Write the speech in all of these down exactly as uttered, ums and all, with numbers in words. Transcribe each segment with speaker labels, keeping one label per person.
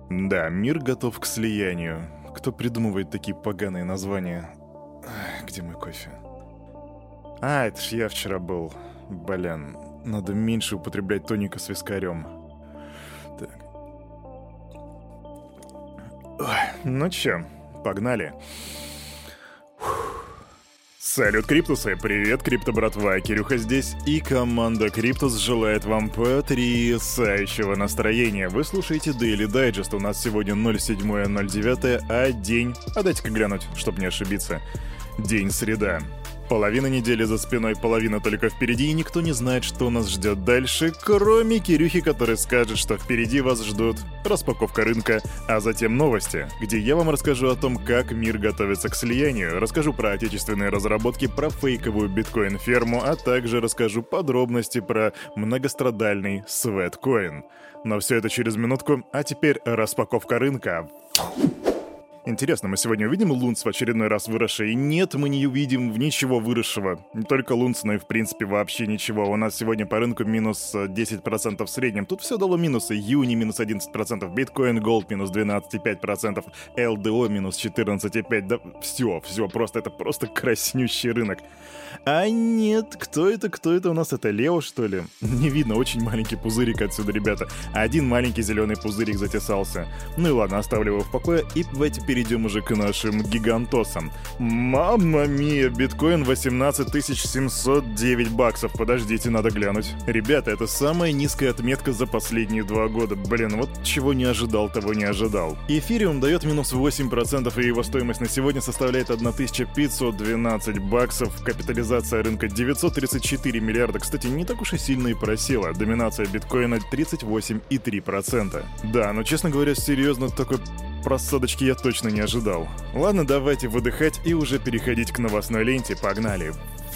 Speaker 1: Да, мир готов к слиянию. Кто придумывает такие поганые названия? Ах, где мой кофе? А, это ж я вчера был. Блин, надо меньше употреблять тоника с вискарем. Так. Ой, ну чё, погнали. Салют, Криптусы! Привет, Крипто братва! Кирюха здесь, и команда Криптус желает вам потрясающего настроения. Вы слушаете Daily Digest, у нас сегодня ноль седьмое ноль девятое, а день... А дайте-ка глянуть, чтоб не ошибиться. День среда. Половина недели за спиной, половина только впереди, и никто не знает, что нас ждет дальше, кроме Кирюхи, который скажет, что впереди вас ждут распаковка рынка, а затем новости, где я вам расскажу о том, как мир готовится к слиянию, расскажу про отечественные разработки, про фейковую биткоин-ферму, а также расскажу подробности про многострадальный Sweatcoin. Но все это через минутку, а теперь распаковка рынка. Интересно, мы сегодня увидим Лунц в очередной раз выросший? Нет, мы не увидим ничего выросшего. Не только Лунц, но и в принципе вообще ничего. У нас сегодня по рынку минус десять процентов в среднем. Тут все дало минусы. Юни минус одиннадцать процентов, Биткоин Голд минус двенадцать целых пять десятых процента, эл ди о минус четырнадцать целых пять десятых процента. Да все, все, просто это просто краснющий рынок. А нет, кто это, кто это у нас? Это Лео, что ли? Не видно, очень маленький пузырик отсюда, ребята. Один маленький зеленый пузырик затесался. Ну и ладно, оставлю его в покое, и давайте перейдем уже к нашим гигантосам. Мамма мия, биткоин восемнадцать тысяч семьсот девять баксов. Подождите, надо глянуть. Ребята, это самая низкая отметка за последние два года. Блин, вот чего не ожидал, того не ожидал. Эфириум дает минус восемь процентов, и его стоимость на сегодня составляет тысяча пятьсот двенадцать баксов. Капитализация рынка девятьсот тридцать четыре миллиарда. Кстати, не так уж и сильно и просела. Доминация биткоина тридцать восемь целых три десятых процента. Да, но честно говоря, серьезно, такой просадочки я точно не ожидал. Ладно, давайте выдыхать и уже переходить к новостной ленте. Погнали.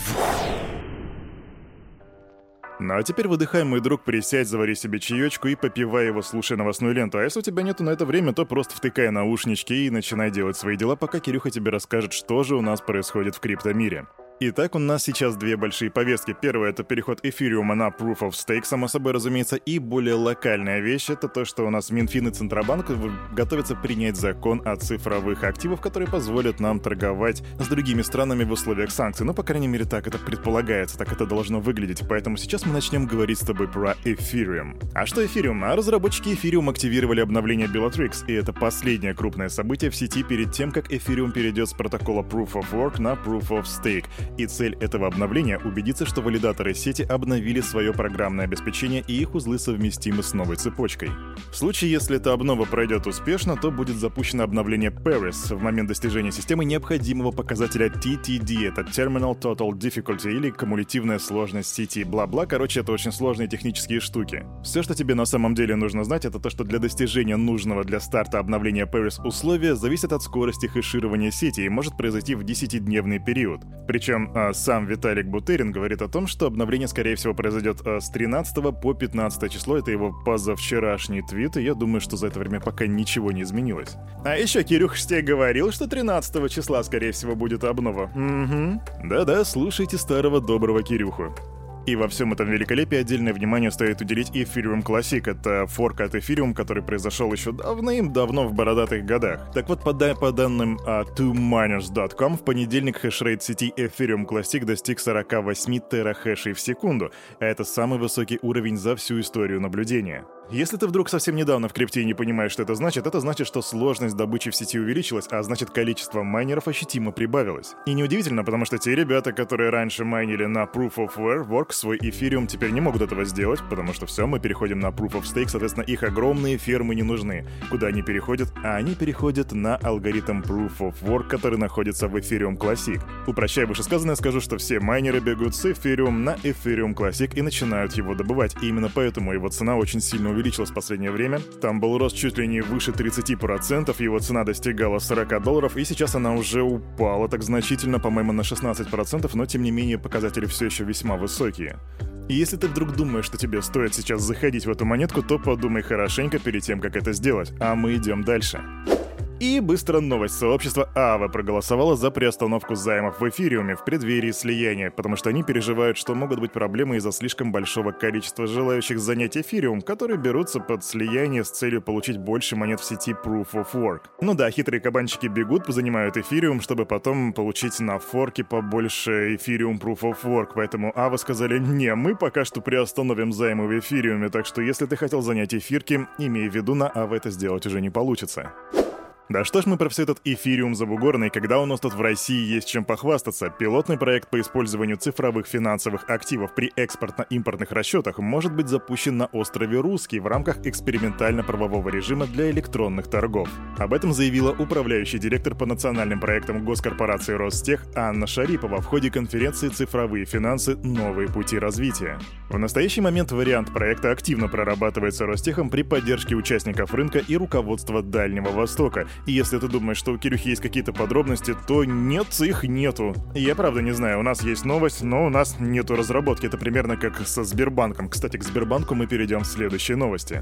Speaker 1: Ну а теперь выдыхай, мой друг, присядь, завари себе чаечку и попивай его, слушай новостную ленту. А если у тебя нету на это время, то просто втыкай наушнички и начинай делать свои дела, пока Кирюха тебе расскажет, что же у нас происходит в криптомире. Итак, у нас сейчас две большие повестки. Первая — это переход эфириума на Proof of Stake, само собой разумеется, и более локальная вещь — это то, что у нас Минфин и Центробанк готовятся принять закон о цифровых активах, которые позволят нам торговать с другими странами в условиях санкций. Ну, по крайней мере, так это предполагается, так это должно выглядеть. Поэтому сейчас мы начнем говорить с тобой про эфириум. А что эфириум? А разработчики эфириум активировали обновление Bellatrix, и это последнее крупное событие в сети перед тем, как эфириум перейдет с протокола Proof of Work на Proof of Stake. И цель этого обновления — убедиться, что валидаторы сети обновили свое программное обеспечение и их узлы совместимы с новой цепочкой. В случае, если эта обнова пройдет успешно, то будет запущено обновление Paris в момент достижения системы необходимого показателя ти ти ди, это Terminal Total Difficulty или кумулятивная сложность сети, бла-бла, короче, это очень сложные технические штуки. Все, что тебе на самом деле нужно знать, это то, что для достижения нужного для старта обновления Paris условия зависит от скорости хэширования сети и может произойти в десятидневный период. Причем а сам Виталик Бутерин говорит о том, что обновление, скорее всего, произойдет с тринадцатого по пятнадцатое число. Это его позавчерашний твит, и я думаю, что за это время пока ничего не изменилось. А еще Кирюх тебе говорил, что тринадцатого числа, скорее всего, будет обнова. Угу. Да-да, слушайте старого доброго Кирюху. И во всем этом великолепии отдельное внимание стоит уделить Ethereum Classic. Это форк от Ethereum, который произошел еще давным-давно в бородатых годах. Так вот, по, да, по данным uh, two miners dot com, в понедельник хешрейт сети Ethereum Classic достиг сорок восемь терахэшей в секунду, а это самый высокий уровень за всю историю наблюдения. Если ты вдруг совсем недавно в крипте и не понимаешь, что это значит, это значит, что сложность добычи в сети увеличилась, а значит, количество майнеров ощутимо прибавилось. И неудивительно, потому что те ребята, которые раньше майнили на Proof of Work свой эфириум, теперь не могут этого сделать, потому что все, мы переходим на Proof of Stake, соответственно, их огромные фермы не нужны. Куда они переходят? А они переходят на алгоритм Proof of Work, который находится в Ethereum Classic. Упрощая вышесказанное, скажу, что все майнеры бегут с эфириум на Ethereum Classic и начинают его добывать. И именно поэтому его цена очень сильно увеличилась в последнее время. Там был рост чуть ли не выше тридцать процентов, его цена достигала сорок долларов, и сейчас она уже упала так значительно, по-моему, на шестнадцать процентов, но тем не менее показатели все еще весьма высокие. И если ты вдруг думаешь, что тебе стоит сейчас заходить в эту монетку, то подумай хорошенько перед тем, как это сделать. А мы идем дальше. И быстро новость. Сообщество Aave проголосовало за приостановку займов в эфириуме в преддверии слияния, потому что они переживают, что могут быть проблемы из-за слишком большого количества желающих занять эфириум, которые берутся под слияние с целью получить больше монет в сети Proof of Work. Ну да, хитрые кабанчики бегут, занимают эфириум, чтобы потом получить на форке побольше эфириум Proof of Work, поэтому Aave сказали: не, мы пока что приостановим займы в эфириуме, так что если ты хотел занять эфирки, имей в виду, на Aave это сделать уже не получится. Да что ж мы про все этот эфириум забугорный, когда у нас тут в России есть чем похвастаться. Пилотный проект по использованию цифровых финансовых активов при экспортно-импортных расчетах может быть запущен на острове Русский в рамках экспериментально-правового режима для электронных торгов. Об этом заявила управляющий директор по национальным проектам госкорпорации Ростех Анна Шарипова в ходе конференции «Цифровые финансы. Новые пути развития». В настоящий момент вариант проекта активно прорабатывается Ростехом при поддержке участников рынка и руководства Дальнего Востока. И если ты думаешь, что у Кирюхи есть какие-то подробности, то нет, их нету. Я правда не знаю, у нас есть новость, но у нас нету разработки. Это примерно как со Сбербанком. Кстати, к Сбербанку мы перейдем в следующей новости.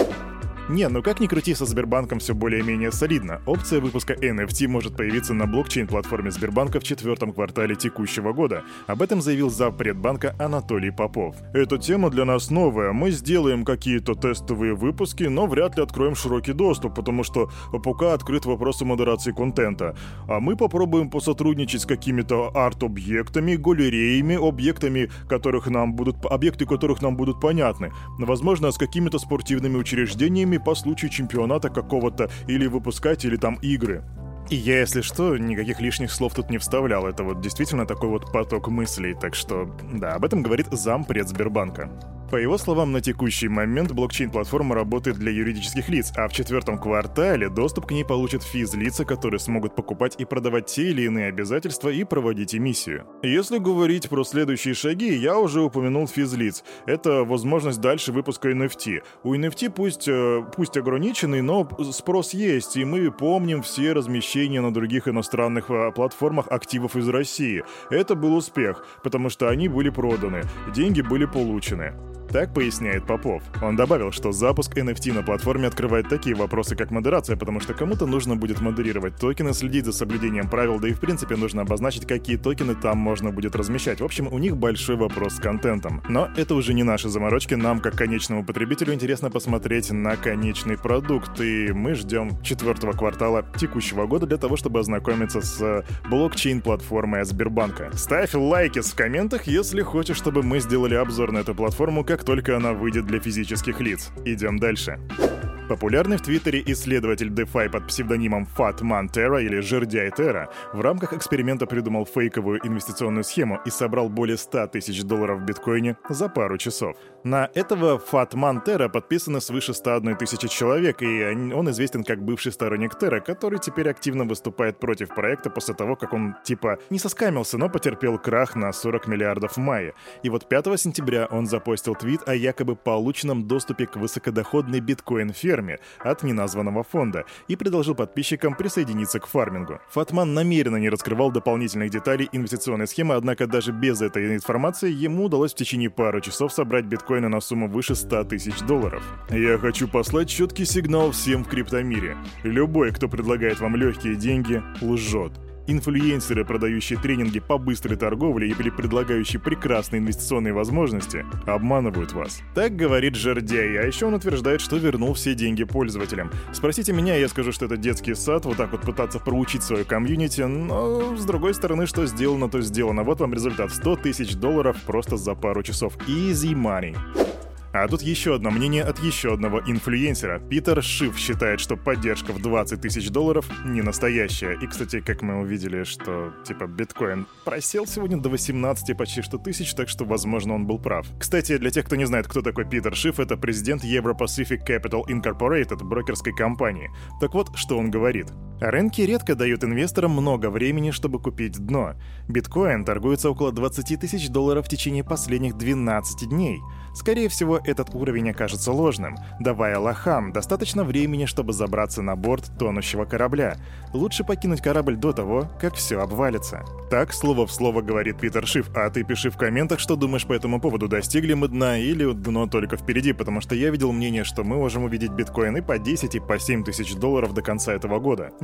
Speaker 1: Не, ну как ни крути, со Сбербанком все более-менее солидно. Опция выпуска эн эф ти может появиться на блокчейн-платформе Сбербанка в четвертом квартале текущего года. Об этом заявил зампред банка Анатолий Попов. Эта тема для нас новая. Мы сделаем какие-то тестовые выпуски, но вряд ли откроем широкий доступ, потому что пока открыт вопрос о модерации контента. А мы попробуем посотрудничать с какими-то арт-объектами, галереями, объектами, которых нам будут, объекты которых нам будут понятны. Возможно, с какими-то спортивными учреждениями по случаю чемпионата какого-то, или выпускать, или там игры. И я, если что, никаких лишних слов тут не вставлял. Это вот действительно такой вот поток мыслей. Так что, да, об этом говорит зампред Сбербанка. По его словам, на текущий момент блокчейн-платформа работает для юридических лиц, а в четвертом квартале доступ к ней получат физлица, которые смогут покупать и продавать те или иные обязательства и проводить эмиссию. Если говорить про следующие шаги, я уже упомянул физлиц. Это возможность дальше выпуска эн эф ти. У эн эф ти пусть, э, пусть ограниченный, но спрос есть, и мы помним все размещения на других иностранных э, платформах активов из России. Это был успех, потому что они были проданы, деньги были получены. Так поясняет Попов. Он добавил, что запуск эн эф ти на платформе открывает такие вопросы, как модерация, потому что кому-то нужно будет модерировать токены, следить за соблюдением правил, да и в принципе нужно обозначить, какие токены там можно будет размещать. В общем, у них большой вопрос с контентом. Но это уже не наши заморочки, нам, как конечному потребителю, интересно посмотреть на конечный продукт, и мы ждем четвертого квартала текущего года для того, чтобы ознакомиться с блокчейн-платформой Сбербанка. Ставь лайки в комментах, если хочешь, чтобы мы сделали обзор на эту платформу, как только она выйдет для физических лиц. Идем дальше. Популярный в Твиттере исследователь DeFi под псевдонимом Fatman Terra или Жердяй Терра в рамках эксперимента придумал фейковую инвестиционную схему и собрал более ста тысяч долларов в биткоине за пару часов. На этого Fatman Terra подписано свыше ста одной тысячи человек, и он известен как бывший сторонник Terra, который теперь активно выступает против проекта после того, как он типа не соскамился, но потерпел крах на сорок миллиардов в мае. И вот пятого сентября он запостил твит о якобы полученном доступе к высокодоходной биткоин-ферме от неназванного фонда и предложил подписчикам присоединиться к фармингу. Фатман намеренно не раскрывал дополнительных деталей инвестиционной схемы, однако даже без этой информации ему удалось в течение пары часов собрать биткоины на сумму выше ста тысяч долларов. Я хочу послать четкий сигнал всем в криптомире. Любой, кто предлагает вам легкие деньги, лжет. Инфлюенсеры, продающие тренинги по быстрой торговле или предлагающие прекрасные инвестиционные возможности, обманывают вас. Так говорит Жердяй, а еще он утверждает, что вернул все деньги пользователям. Спросите меня, я скажу, что это детский сад, вот так вот пытаться проучить свою комьюнити, но с другой стороны, что сделано, то сделано. Вот вам результат: сто тысяч долларов просто за пару часов. Easy money. А тут еще одно мнение от еще одного инфлюенсера. Питер Шиф считает, что поддержка в двадцать тысяч долларов не настоящая. И, кстати, как мы увидели, что, типа, биткоин просел сегодня до восемнадцати почти что тысяч, так что, возможно, он был прав. Кстати, для тех, кто не знает, кто такой Питер Шиф, это президент Euro-Pacific Capital Incorporated, брокерской компании. Так вот, что он говорит. Рынки редко дают инвесторам много времени, чтобы купить дно. Биткоин торгуется около двадцати тысяч долларов в течение последних двенадцати дней. Скорее всего, этот уровень окажется ложным. Давая лохам достаточно времени, чтобы забраться на борт тонущего корабля. Лучше покинуть корабль до того, как все обвалится. Так, слово в слово говорит Питер Шиф, а ты пиши в комментах, что думаешь по этому поводу, достигли мы дна или дно только впереди, потому что я видел мнение, что мы можем увидеть биткоин и по десять, и по семь тысяч долларов до конца этого года.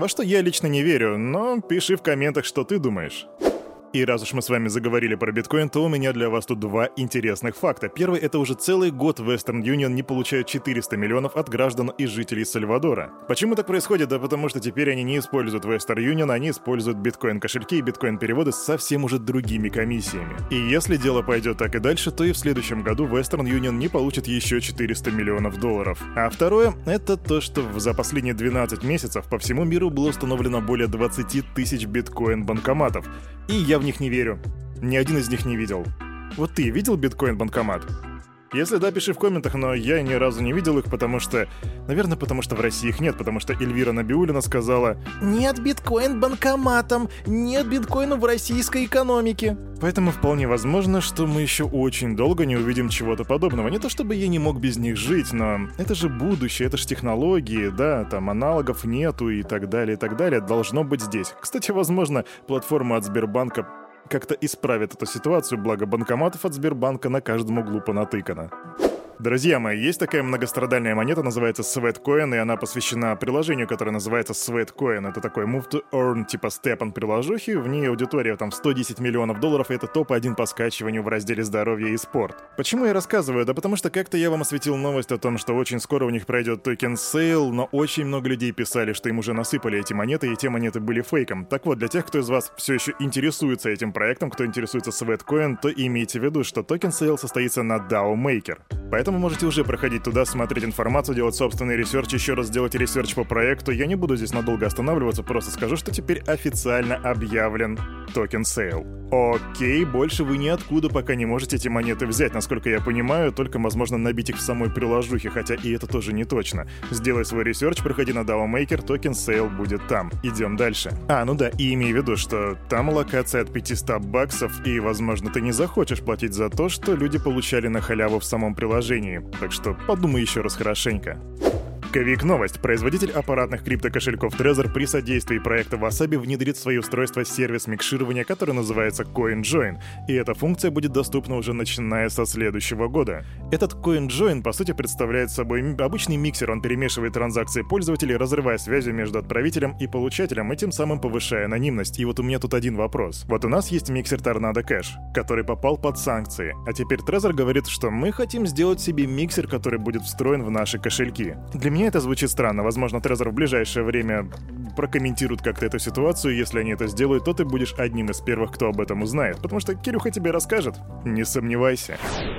Speaker 1: во что я лично не верю, но пиши в комментах, что ты думаешь. И раз уж мы с вами заговорили про биткоин, то у меня для вас тут два интересных факта. Первый — это уже целый год Western Union не получает четыреста миллионов от граждан и жителей Сальвадора. Почему так происходит? Да потому что теперь они не используют Western Union, они используют биткоин-кошельки и биткоин-переводы с совсем уже другими комиссиями. И если дело пойдет так и дальше, то и в следующем году Western Union не получит еще четыреста миллионов долларов. А второе — это то, что за последние двенадцать месяцев по всему миру было установлено более двадцати тысяч биткоин-банкоматов. И я в них не верю. Ни один из них не видел. Вот ты видел биткоин-банкомат? Если да, пиши в комментах, но я ни разу не видел их, потому что... Наверное, потому что в России их нет, потому что Эльвира Набиуллина сказала: «Нет биткоин-банкоматам, нет биткоина в российской экономике». Поэтому вполне возможно, что мы еще очень долго не увидим чего-то подобного. Не то чтобы я не мог без них жить, но это же будущее, это же технологии, да, там аналогов нету и так далее, и так далее. Должно быть здесь. Кстати, возможно, платформа от Сбербанка как-то исправит эту ситуацию, благо банкоматов от Сбербанка на каждом углу понатыкано. Друзья мои, есть такая многострадальная монета, называется Sweatcoin, и она посвящена приложению, которое называется Sweatcoin. Это такой move to earn, типа степан приложухи, в ней аудитория там сто десять миллионов долларов, и это топ один по скачиванию в разделе здоровье и спорт. Почему я рассказываю? Да потому что как-то я вам осветил новость о том, что очень скоро у них пройдет токен сейл, но очень много людей писали, что им уже насыпали эти монеты, и те монеты были фейком. Так вот, для тех, кто из вас все еще интересуется этим проектом, кто интересуется Sweatcoin, то имейте в виду, что токен сейл состоится на дао Maker. Поэтому можете уже проходить туда, смотреть информацию, делать собственный ресерч, еще раз делать ресерч по проекту. Я не буду здесь надолго останавливаться, просто скажу, что теперь официально объявлен токен сейл. Окей, больше вы ниоткуда пока не можете эти монеты взять, насколько я понимаю, только возможно набить их в самой приложухе, хотя и это тоже не точно. Сделай свой ресерч, проходи на дао Maker, токен сейл будет там. Идем дальше. А, ну да, и имей в виду, что там локация от пятисот баксов, и возможно ты не захочешь платить за то, что люди получали на халяву в самом приложении. Так что подумай еще раз хорошенько. Ковик новость. Производитель аппаратных криптокошельков Trezor при содействии проекта Wasabi внедрит в свои устройства сервис микширования, который называется CoinJoin, и эта функция будет доступна уже начиная со следующего года. Этот CoinJoin, по сути, представляет собой обычный миксер, он перемешивает транзакции пользователей, разрывая связи между отправителем и получателем, и тем самым повышая анонимность. И вот у меня тут один вопрос. Вот у нас есть миксер Tornado Cash, который попал под санкции, а теперь Trezor говорит, что мы хотим сделать себе миксер, который будет встроен в наши кошельки. Для меня это звучит странно. Возможно, Trezor в ближайшее время прокомментирует как-то эту ситуацию. Если они это сделают, то ты будешь одним из первых, кто об этом узнает. Потому что Кирюха тебе расскажет. Не сомневайся.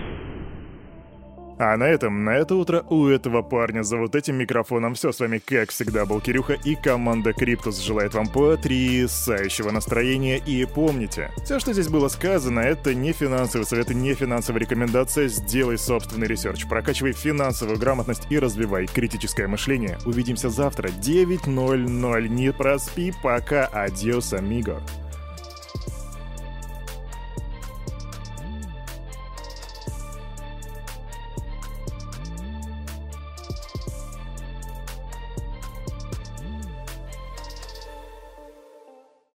Speaker 1: А на этом, на это утро у этого парня за вот этим микрофоном все. С вами, как всегда, был Кирюха, и команда Криптус желает вам потрясающего настроения. И помните, все, что здесь было сказано, это не финансовый совет, не финансовая рекомендация. Сделай собственный ресерч, прокачивай финансовую грамотность и развивай критическое мышление. Увидимся завтра, девять ноль ноль. Не проспи, пока. Адьос, амиго.